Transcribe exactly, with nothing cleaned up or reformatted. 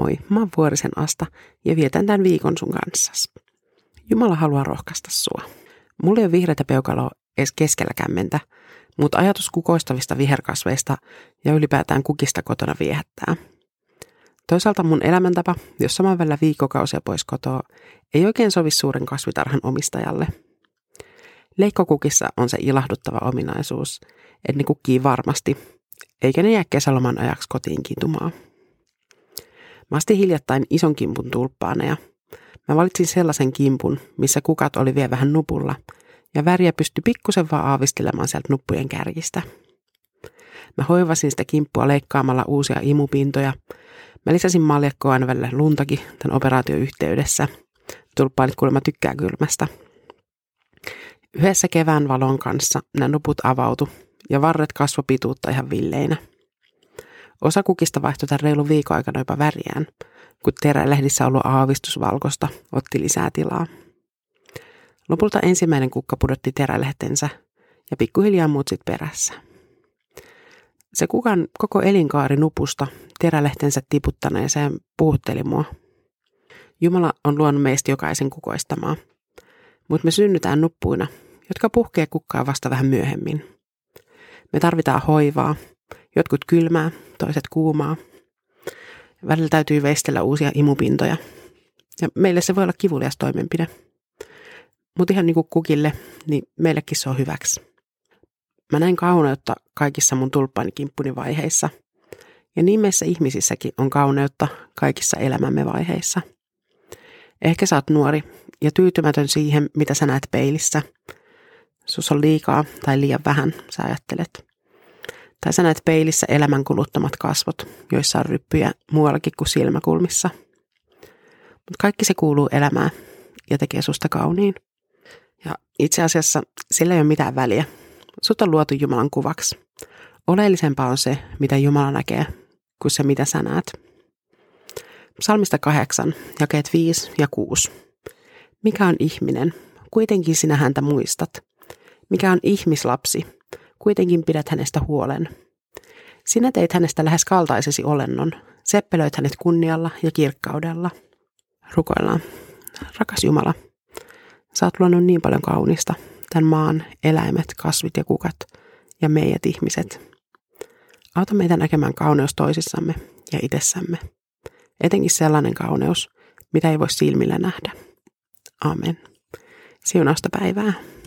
moi, mä oon Vuorisen Asta ja vietän tämän viikon sun kanssas. Jumala haluaa rohkaista sua. Mulla ei ole vihreätä peukaloa edes keskellä kämmentä, mutta ajatus kukoistavista viherkasveista ja ylipäätään kukista kotona viehättää. Toisaalta mun elämäntapa, jos saman välillä viikkokausia pois kotoa, ei oikein sovi suuren kasvitarhan omistajalle. Leikkokukissa on se ilahduttava ominaisuus, että ne kukkii varmasti, eikä ne jää kesäloman ajaksi kotiin kintumaan. Mä astin hiljattain ison kimpun tulppaaneja. Mä valitsin sellaisen kimpun, missä kukat oli vielä vähän nupulla, ja väriä pystyi pikkusen vaan aavistelemaan sieltä nuppujen kärjistä. Mä hoivasin sitä kimppua leikkaamalla uusia imupintoja. Mä lisäsin maljakkoa aina välillä luntakin tämän operaation yhteydessä. Tulppaanit kuulemma tykkää kylmästä. Yhdessä kevään valon kanssa nämä nuput avautu ja varret kasvoi pituutta ihan villeinä. Osa kukista vaihtoi tämän reilun viikon aikana jopa väriään, kun terälehdissä ollut aavistus valkosta otti lisää tilaa. Lopulta ensimmäinen kukka pudotti terälehtensä ja pikkuhiljaa muut sit perässä. Se kukan koko elinkaari nupusta terälehtensä tiputtaneeseen puhutteli mua. Jumala on luonut meistä jokaisen kukoistamaan, mutta me synnytään nuppuina, jotka puhkee kukkaa vasta vähän myöhemmin. Me tarvitaan hoivaa, jotkut kylmää, toiset kuumaa. Välillä täytyy veistellä uusia imupintoja. Ja meille se voi olla kivulias toimenpide. Mutta ihan niin kuin kukille, niin meillekin se on hyväksi. Mä näin kauneutta kaikissa mun tulppaanikinppuni vaiheissa. Ja niin meissä ihmisissäkin on kauneutta kaikissa elämämme vaiheissa. Ehkä sä oot nuori ja tyytymätön siihen, mitä sä näet peilissä. Sus on liikaa tai liian vähän, sä ajattelet. Tai sä näet peilissä elämän kuluttomat kasvot, joissa on ryppyjä muuallakin kuin silmäkulmissa. Mutta kaikki se kuuluu elämään ja tekee susta kauniin. Ja itse asiassa sillä ei ole mitään väliä. Sut on luotu Jumalan kuvaksi. Oleellisempaa on se, mitä Jumala näkee, kuin se, mitä sä näet. Psalmista kahdeksan, jakeet viisi ja kuusi. Mikä on ihminen? Kuitenkin sinä häntä muistat. Mikä on ihmislapsi? Kuitenkin pidät hänestä huolen. Sinä teit hänestä lähes kaltaisesi olennon. Seppelöit hänet kunnialla ja kirkkaudella. Rukoillaan. Rakas Jumala, sä oot luonut niin paljon kaunista. Tämän maan, eläimet, kasvit ja kukat ja meidät ihmiset. Auta meitä näkemään kauneus toisissamme ja itsessämme. Etenkin sellainen kauneus, mitä ei voi silmillä nähdä. Amen. Siunausta päivää.